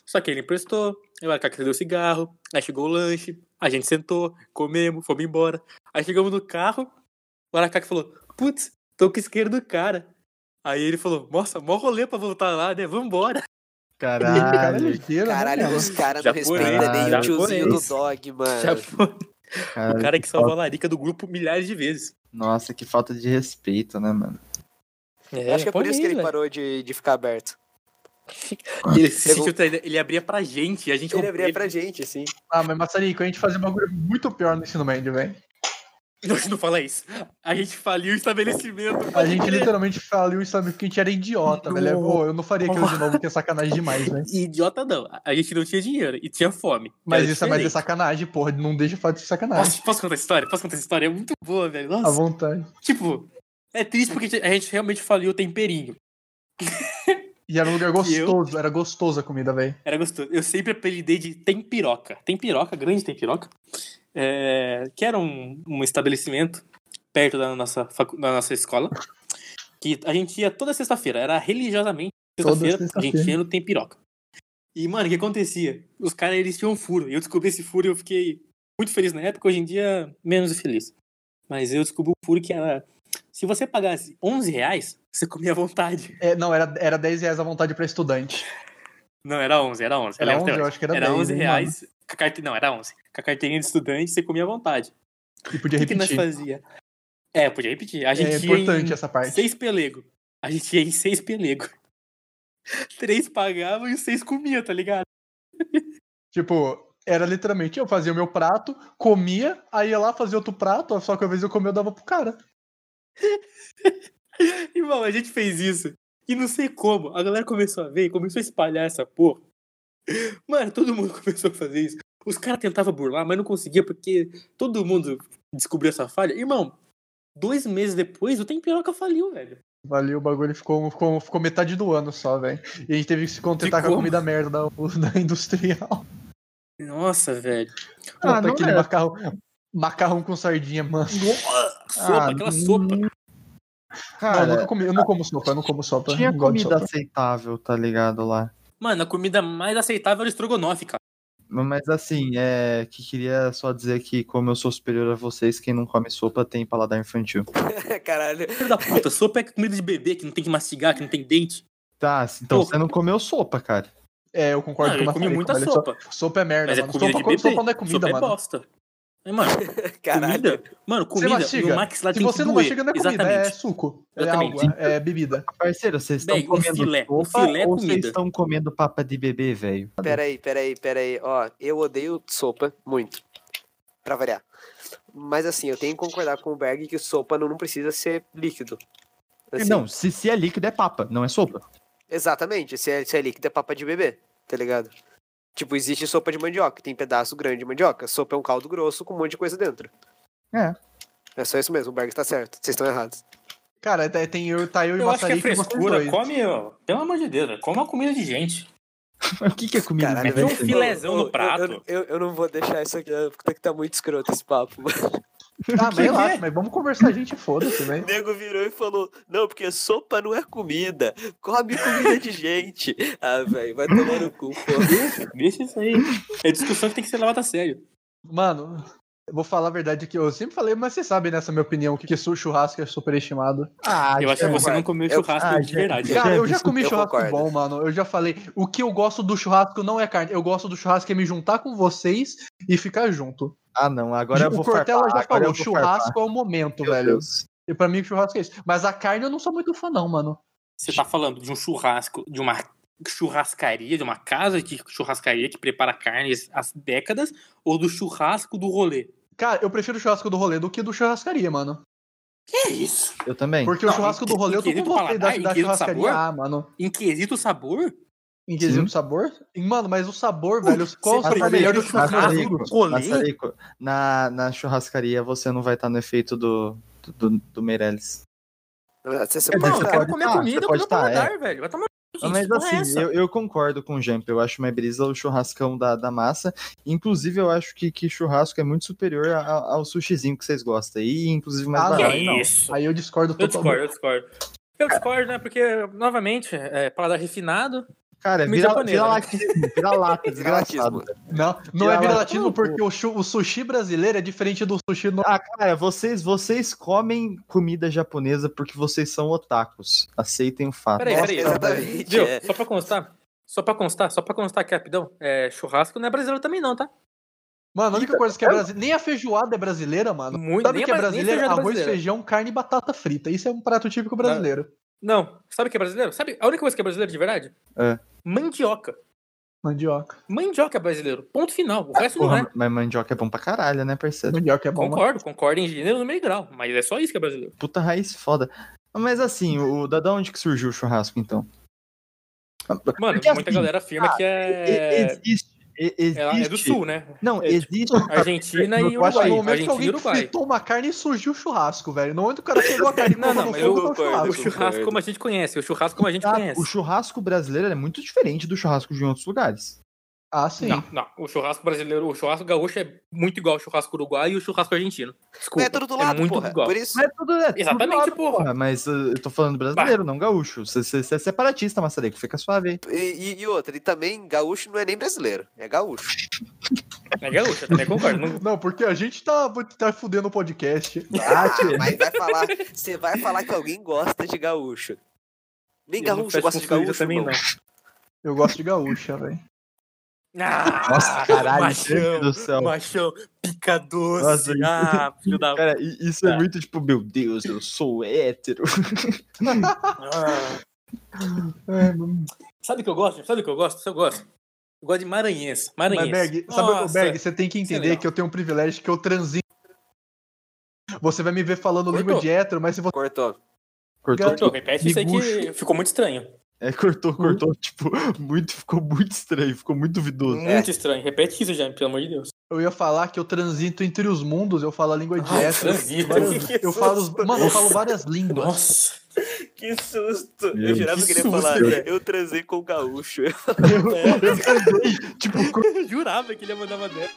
Só que ele emprestou, aí o Aracaki deu cigarro, aí chegou o lanche, a gente sentou, comemos, fomos embora. Aí chegamos no carro, o Aracaki falou, putz, tô com o isqueiro do cara. Aí ele falou, nossa, mó rolê pra voltar lá, né? Vambora. Cara é Caralho. ligeiro, né, Caralho, mano? os caras não Japonês, respeitam nem o japonês. tiozinho do dog, mano. Já foi. Cara, O cara que salvou a falta- larica do grupo milhares de vezes. Nossa, que falta de respeito, né, mano? É, Eu acho que é por isso que ele velho. parou de, de ficar aberto. Ele se Pegou- sentiu traído, ele abria pra gente, a gente Ele abria pra gente, assim. Ah, mas Maçarico, a gente fazia um bagulho muito pior no ensino médio, velho. Não, a gente não fala isso. A gente faliu o estabelecimento. A pode gente crer. literalmente faliu isso porque a gente era idiota, velho. Pô, eu não faria aquilo de novo, porque é sacanagem demais, velho. E idiota não. A gente não tinha dinheiro e tinha fome. Mas Era isso é mais de diferente. sacanagem, porra. Não deixa de falar de sacanagem. Posso, posso contar essa história? Posso contar essa história? É muito boa, velho. À Nossa. vontade. Tipo, é triste porque a gente realmente faliu o temperinho. E era um lugar Que eu- gostoso, era gostoso a comida, velho. Era gostoso. Eu sempre apelidei de Tempiroca. Tempiroca, grande Tempiroca. É, que era um, um estabelecimento perto da nossa, facu- da nossa escola. Que a gente ia toda sexta-feira. Era religiosamente Toda sexta-feira. A sexta-feira. gente ia no Tempiroca. E, mano, o que acontecia? Os caras, eles tinham um furo. E eu descobri esse furo e eu fiquei muito feliz na época. Hoje em dia, menos feliz. Mas eu descobri um furo que era... Se você pagasse onze reais, você comia à vontade. É, não, era, era dez reais à vontade pra estudante. Não, era onze, era onze. Era lembro até onze? Eu hoje. acho que era Era dez, onze hein, reais. Com a carte... Não, era onze. Com a carteirinha de estudante, você comia à vontade. E O podia que, que nós repetir. fazia? É, podia repetir. A gente É ia importante em essa parte. seis pelego. A gente ia em seis pelego. Três pagavam e os seis comia, tá ligado? Tipo, era literalmente, eu fazia o meu prato, comia, aí ia lá, fazia outro prato, só que às vezes eu comia, eu dava pro cara. Irmão, a gente fez isso. E não sei como. A galera começou a ver e começou a espalhar essa porra. Mano, todo mundo começou a fazer isso. Os caras tentavam burlar, mas não conseguia porque todo mundo descobriu essa falha. Irmão, dois meses depois, o Tempiroca faliu, velho. Valeu, o bagulho ficou, ficou, ficou metade do ano só, velho. E a gente teve que se contentar De com a como? comida merda da, da industrial. Nossa, velho. Ah, Puta, não aquele era. macarrão, macarrão com sardinha, mano. Sopa, Ah, aquela sopa. não, eu, Cara, nunca comi, eu não como sopa, eu não como sopa. tinha não gosto de comida sopa. aceitável, tá ligado lá. Mano, a comida mais aceitável era o estrogonofe, cara. Mas assim, é que queria só dizer que, como eu sou superior a vocês, quem não come sopa tem paladar infantil. Caralho. Filho da puta, sopa é comida de bebê que não tem que mastigar, que não tem dente. Tá, então Pô. você não comeu sopa, cara. É, eu concordo Não, com eu o comi Maçarico, muita velho. sopa. So- Sopa é merda, Mas é mano. comida Sopa, de bebê. sopa não é comida, sopa mano. é bosta. É, mano, Caralho. comida... Mano, Você comida mastiga. no maxilar Se tem você que não doer. mastiga, não é comida, Exatamente. é suco. É Exatamente. água, é bebida. Parceiro, vocês estão Bem, um comendo filé, um sopa filé é ou comida. vocês estão comendo papa de bebê, velho? Peraí, peraí, peraí. Ó, eu odeio sopa muito. Pra variar. Mas assim, eu tenho que concordar com o Berg que sopa não, não precisa ser líquido. Assim, Não, se, se é líquido é papa, não é sopa. Exatamente. Se é, se é líquido é papa de bebê, tá ligado? Tipo, existe sopa de mandioca, tem pedaço grande de mandioca. Sopa é um caldo grosso com um monte de coisa dentro. É. É só isso mesmo, o Berg tá certo. Vocês estão errados. Cara, tá- tem eu, tá eu e o Eu acho que é Maçarico e vocês frescura. dois. Come, ó, pelo amor de Deus, né? Come uma comida de gente. O que, que é comida Caralho, de Tem um gente? filézão Ô, no eu- prato. Eu, eu, eu não vou deixar isso aqui, porque que tá muito escroto esse papo, mano. Ah, mas relaxa, mas vamos conversar, gente, foda-se, O velho. nego virou e falou, não, porque sopa não é comida, come comida de gente. Ah, velho, vai tomar no cu, pô. Deixa isso aí. É discussão que tem que ser levada a sério. Mano, eu vou falar a verdade que eu sempre falei, mas você sabe nessa minha opinião que que churrasco é superestimado. Ah, Eu acho que você não comeu Eu- churrasco ah, de verdade. já- Cara, eu já isso comi eu churrasco concordo. bom, mano. Eu já falei. O que eu gosto do churrasco não é carne. Eu gosto do churrasco é me juntar com vocês e ficar junto. Ah, não, agora eu vou o Cortella farpar, já agora falou, eu vou farpar. churrasco é o momento, Meu velho. Deus. E pra mim, churrasco é isso. Mas a carne eu não sou muito fã, não, mano. Você tá falando de um churrasco, de uma churrascaria, de uma casa de churrascaria que prepara carnes há décadas, ou do churrasco do rolê? Cara, eu prefiro o churrasco do rolê do que do churrascaria, mano. Que isso? Eu também. Porque Não, o churrasco em- do rolê em eu tô com quesito você da, paladar, em da quesito churrascaria. sabor? Ah, mano. Em quesito sabor? Em quesito Sim. sabor? E, mano, mas o sabor, velho. Qual o você sabor prefere melhor do o churrasco do churrasco? amigo? Rolê? Maçarico, na, na churrascaria você não vai estar no efeito do, do, do Meirelles. Você, você Quer dizer, Não, você eu quero pode comer tá, comida, você eu pode comer tá, paladar, velho. Vai tomar... Ah, mas Que porra é assim, essa? eu, eu concordo com o Jamp, eu acho mais brisa o churrascão da, da massa. Inclusive, eu acho que, que churrasco é muito superior a- a- ao sushizinho que vocês gostam. E, inclusive, mais Ah, barato. Que não. isso? Aí eu discordo Eu totalmente. discordo, eu discordo. Eu discordo, né? Porque, novamente, é paladar refinado. Cara, Comida vira, japonesa, vira né? latismo, vira lata, Vira-latismo. desgraçado. Não, não Vira é lá- vira-latismo porque o, chu- o sushi brasileiro é diferente do sushi no... Ah, cara, vocês, vocês comem comida japonesa porque vocês são otakus. Aceitem o fato. Peraí, É, peraí. exatamente. Viu? É. Só pra constar. Só pra constar, só pra constar aqui rapidão. É, churrasco não é brasileiro também, não, tá? Mano, a única coisa que é brasileira... Nem a feijoada é brasileira, mano. Muito, Sabe nem o que é a bra- nem brasileiro? feijoada Arroz, brasileira. feijão, carne e batata frita. Isso é um prato típico brasileiro. Não, sabe o que é brasileiro? Sabe a única coisa que é brasileiro de verdade? É. Mandioca. Mandioca. Mandioca é brasileiro. Ponto final. O resto não Porra, é. mas mandioca é bom pra caralho, né, parceiro? Mandioca é bom, mano. Concordo, concordo em gênero no meio grau. Mas é só isso que é brasileiro. Puta raiz foda. Mas assim, o, da, da onde que surgiu o churrasco, então? Mano, Porque, muita assim, galera afirma que E- é... Existe. e- existe. É, é do sul, né? Não, É, existe. Argentina e Eu acho que Uruguai. no momento que Argentina e alguém Uruguai. fritou uma carne, surgiu o churrasco, velho. No momento que o cara pegou a carne e Não, colocou não, no mas fogo, eu é o concordo. O churrasco. churrasco como a gente conhece. O churrasco como a gente Ah, conhece. o churrasco brasileiro é muito diferente do churrasco de outros lugares. Ah, sim. Não, não. O churrasco brasileiro, o churrasco gaúcho é muito igual ao churrasco uruguai e o churrasco argentino. Desculpa. Mas é tudo do lado, é muito porra. igual. Por isso. Mas é tudo, é tudo Exatamente, do lado, porra. Mas uh, eu tô falando brasileiro, não gaúcho. Você você é separatista, Maçareco. Fica suave aí. E, e- e outra, e também gaúcho não é nem brasileiro, é gaúcho. É gaúcho, eu também concordo. Não... Não, porque a gente tá, tá fudendo o podcast. Ah, mas vai falar, você vai falar que alguém gosta de gaúcho. Nem Eu não gaúcho fecho gosta com de fluida gaúcho, também, irmão. não. Eu gosto de gaúcha, velho. Ah, Nossa, caralho, machão, gente do céu. machão, pica doce. Nossa, isso- ah, filho da... Cara, i- isso é Tá. muito tipo, meu Deus, eu sou hétero. Ah. É, mano. Sabe o que eu gosto? Sabe o que eu gosto? Sabe o que eu gosto? Eu gosto de maranhense. Mas, Maranhense. Berg, sabe, ô, Nossa. Berg, você tem que Isso é entender legal. que eu tenho um privilégio que eu transito. Você vai me ver falando Cortou. língua de hétero, mas se você. Cortou. Cortou. Garoto, Então, repete isso aí que Miguxo. ficou muito estranho. É, cortou, cortou. Tipo, muito, ficou muito estranho, ficou muito duvidoso. Muito estranho. Repete isso, já, pelo amor de Deus. Eu ia falar que eu transito entre os mundos, eu falo a língua de Ah, hétero. transito. várias- Que Eu falo. susto. Mano, eu falo várias línguas. Nossa. Que susto! Meu Eu jurava que que ele ia susto, falar, velho. eu transei com o gaúcho. Eu, eu transei, tipo, Eu jurava que ele ia mandar uma dessa.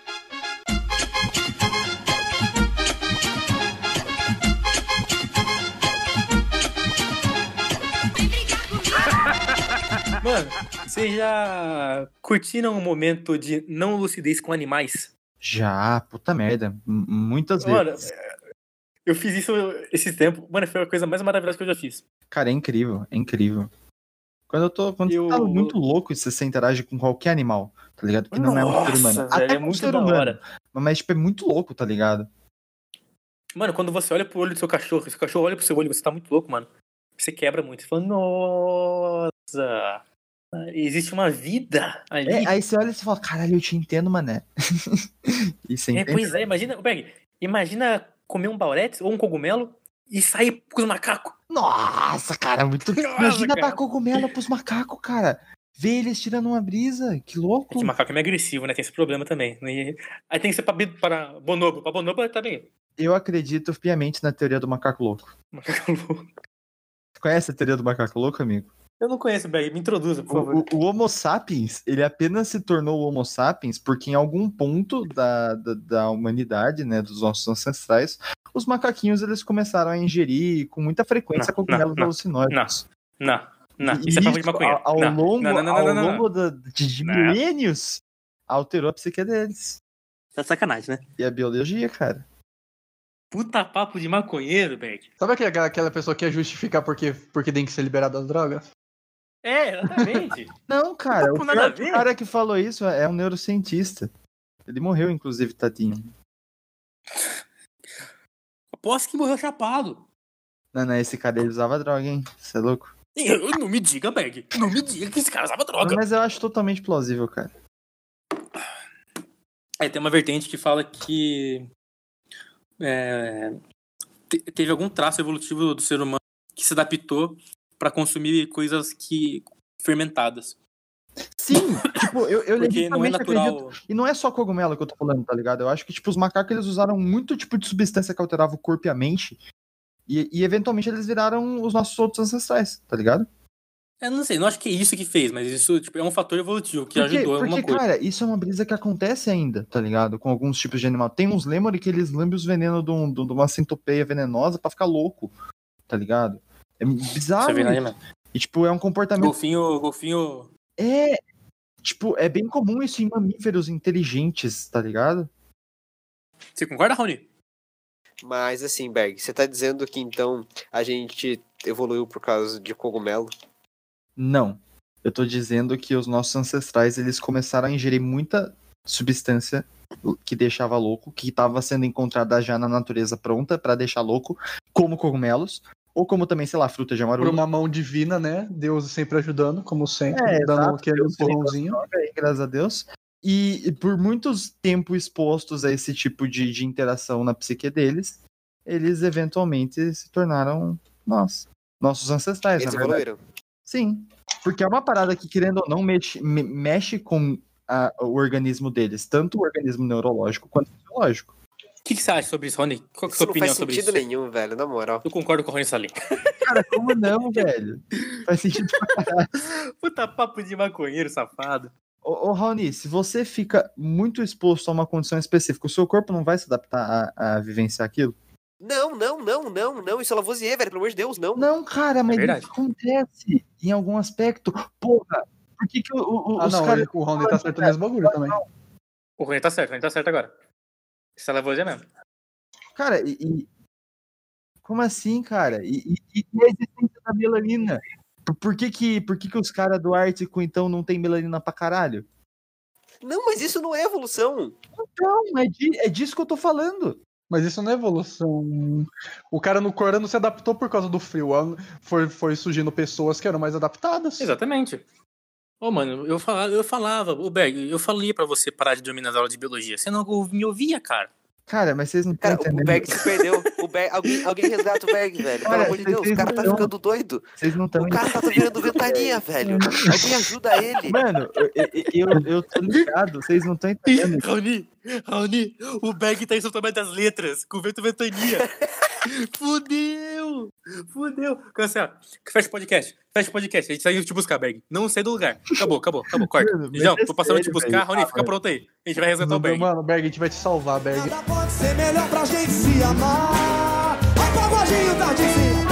Mano, vocês já curtiram um momento de não lucidez com animais? Já, puta merda. M- Muitas Mano, vezes. eu fiz isso esse tempo. Mano, foi a coisa mais maravilhosa que eu já fiz. Cara, é incrível, é incrível. Quando eu tô. Quando Eu- você tá muito louco e você, você interage com qualquer animal, tá ligado? Que não é um ser humano. Nossa, velho, Até é com um muito ser da humano. hora. Mas, tipo, é muito louco, tá ligado? Mano, quando você olha pro olho do seu cachorro, seu cachorro olha pro seu olho e você tá muito louco, mano. Você quebra muito. Você fala, nossa, existe uma vida ali. É, aí você olha e você fala, caralho, eu te entendo, mané. E você É, entende? pois é, imagina, Berg, imagina comer um baurete ou um cogumelo e sair com os macacos. Nossa, cara, muito. Nossa, Imagina cara. dar cogumelo pros macacos, cara. Ver eles tirando uma brisa. Que louco. É que macaco é meio agressivo, né? Tem esse problema também. E aí tem que ser pra, bi- para bonobo. Pra bonobo tá bem. Eu acredito piamente na teoria do macaco louco. Macaco louco. Conhece a teoria do macaco louco, amigo? Eu não conheço, Berg. Me introduza, por favor. O, o- o Homo sapiens, ele apenas se tornou o Homo sapiens porque em algum ponto da, da, da humanidade, né, dos nossos ancestrais, os macaquinhos eles começaram a ingerir com muita frequência Não, cogumelos não, alucinógenos. Não, não. E Isso é papo de maconheiro. ao, ao não, longo, não, não, não, ao não, não, não. longo da- de, de Não. milênios, alterou a psique deles. Tá sacanagem, né? E a biologia, cara. Puta papo de maconheiro, Berg. sabe aquela, aquela pessoa que ia justificar porque, porque tem que ser liberado das drogas? É, exatamente. Não, cara, Papo o, nada a pior- o ver. cara que falou isso é um neurocientista. Ele morreu, inclusive, tadinho. Aposto que morreu chapado. Não, não, esse cara ele usava droga, hein? Você é louco? Eu, não me diga, Berg. Não me diga que esse cara usava droga. Mas eu acho totalmente plausível, cara. É, tem uma vertente que fala que é, te- teve algum traço evolutivo do ser humano que se adaptou pra consumir coisas que fermentadas. Sim, tipo, eu, eu Porque não é legitimamente acredito. natural. E não é só cogumelo que eu tô falando, tá ligado? Eu acho que, tipo, os macacos eles usaram muito tipo de substância que alterava o corpo e a mente. E, e eventualmente eles viraram os nossos outros ancestrais, tá ligado? Eu não sei, não acho que é isso que fez, mas isso tipo, é um fator evolutivo que Porque, ajudou em porque alguma coisa. cara, isso é uma brisa que acontece ainda, tá ligado? Com alguns tipos de animal. Tem uns lêmures que eles lambem os venenos de, um- de uma centopeia venenosa pra ficar louco, tá ligado? É bizarro Você vê, né, isso. mano? E, tipo, é um comportamento... Golfinho, golfinho. É, tipo, é bem comum isso em mamíferos inteligentes, tá ligado? Você concorda, Raoni? Mas assim, Berg, você tá dizendo que então a gente evoluiu por causa de cogumelo? Não. Eu tô dizendo que os nossos ancestrais, eles começaram a ingerir muita substância que deixava louco, que estava sendo encontrada já na natureza pronta pra deixar louco, como cogumelos, ou como também, sei lá, fruta de Por amarula. uma mão divina, né? Deus sempre ajudando, como sempre, É, dando exato, aquele Deus empurrãozinho. Aí, graças a Deus. E, e por muitos tempo expostos a esse tipo de, de interação na psique deles, eles eventualmente se tornaram nós. Nossos ancestrais, Eles na verdade. evoluíram. Sim. Porque é uma parada que, querendo ou não, mexe, me- mexe com a- o organismo deles. Tanto o organismo neurológico quanto o fisiológico. O que, que você acha sobre isso, Rony? Qual que é a Isso sua não opinião faz sobre sentido isso? nenhum, velho, na moral. Eu concordo com o Rony Salim. Cara, como não, velho? Faz sentido pra caralho. Puta papo de maconheiro, safado. Ô, ô, Raoni, se você fica muito exposto a uma condição específica, o seu corpo não vai se adaptar a, a vivenciar aquilo? Não, não, não, não, não. Isso é Lavoisier, velho, pelo amor de Deus, não. Não, cara, mas verdade. isso acontece em algum aspecto. Porra, por que que o, o, Ah, os não, caras... o Rony tá acertando esse bagulho também. O Rony tá certo, o Rony tá certo agora. Isso é Lavoisier mesmo. Cara, e, e- como assim, cara? E, e, e a existência da melanina? Por, por que que, por que que os caras do Ártico, então, não tem melanina pra caralho? Não, mas isso não é evolução. Não, é, di- é disso que eu tô falando. Mas isso não é evolução. O cara no Corã não se adaptou por causa do frio. A- Foi, foi surgindo pessoas que eram mais adaptadas. Exatamente. Ô, mano, eu falava, eu falava, ô Berg, eu falei pra você parar de dormir nas aulas de biologia. Você não me ouvia, cara. Cara, mas vocês não estão Cara, o entendendo. Berg se perdeu. O Berg, alguém, alguém resgata o Berg, velho. Pelo Cara, amor de vocês Deus, o cara tá não- ficando doido. Vocês não estão O cara tá virando ventania, velho. Alguém ajuda ele. Mano, eu, eu, eu tô ligado, vocês não estão entendendo. Raoni, Raoni, o Berg tá em São Tomé das Letras, com vento ventania. Fudeu! Fudeu! Cancela. Fecha o podcast. Fecha o podcast. A gente sai te buscar, Berg. Não sai do lugar. Acabou, acabou, acabou. Corta. Mano, mas João, é tô passando sério, te buscar. velho. Raoni, Ah, fica mano. pronto aí. A gente vai resgatar o Berg. Mano, Berg, a gente vai te salvar, Berg. Nada pode ser melhor pra gente se amar. É pagodinho, tarde sim.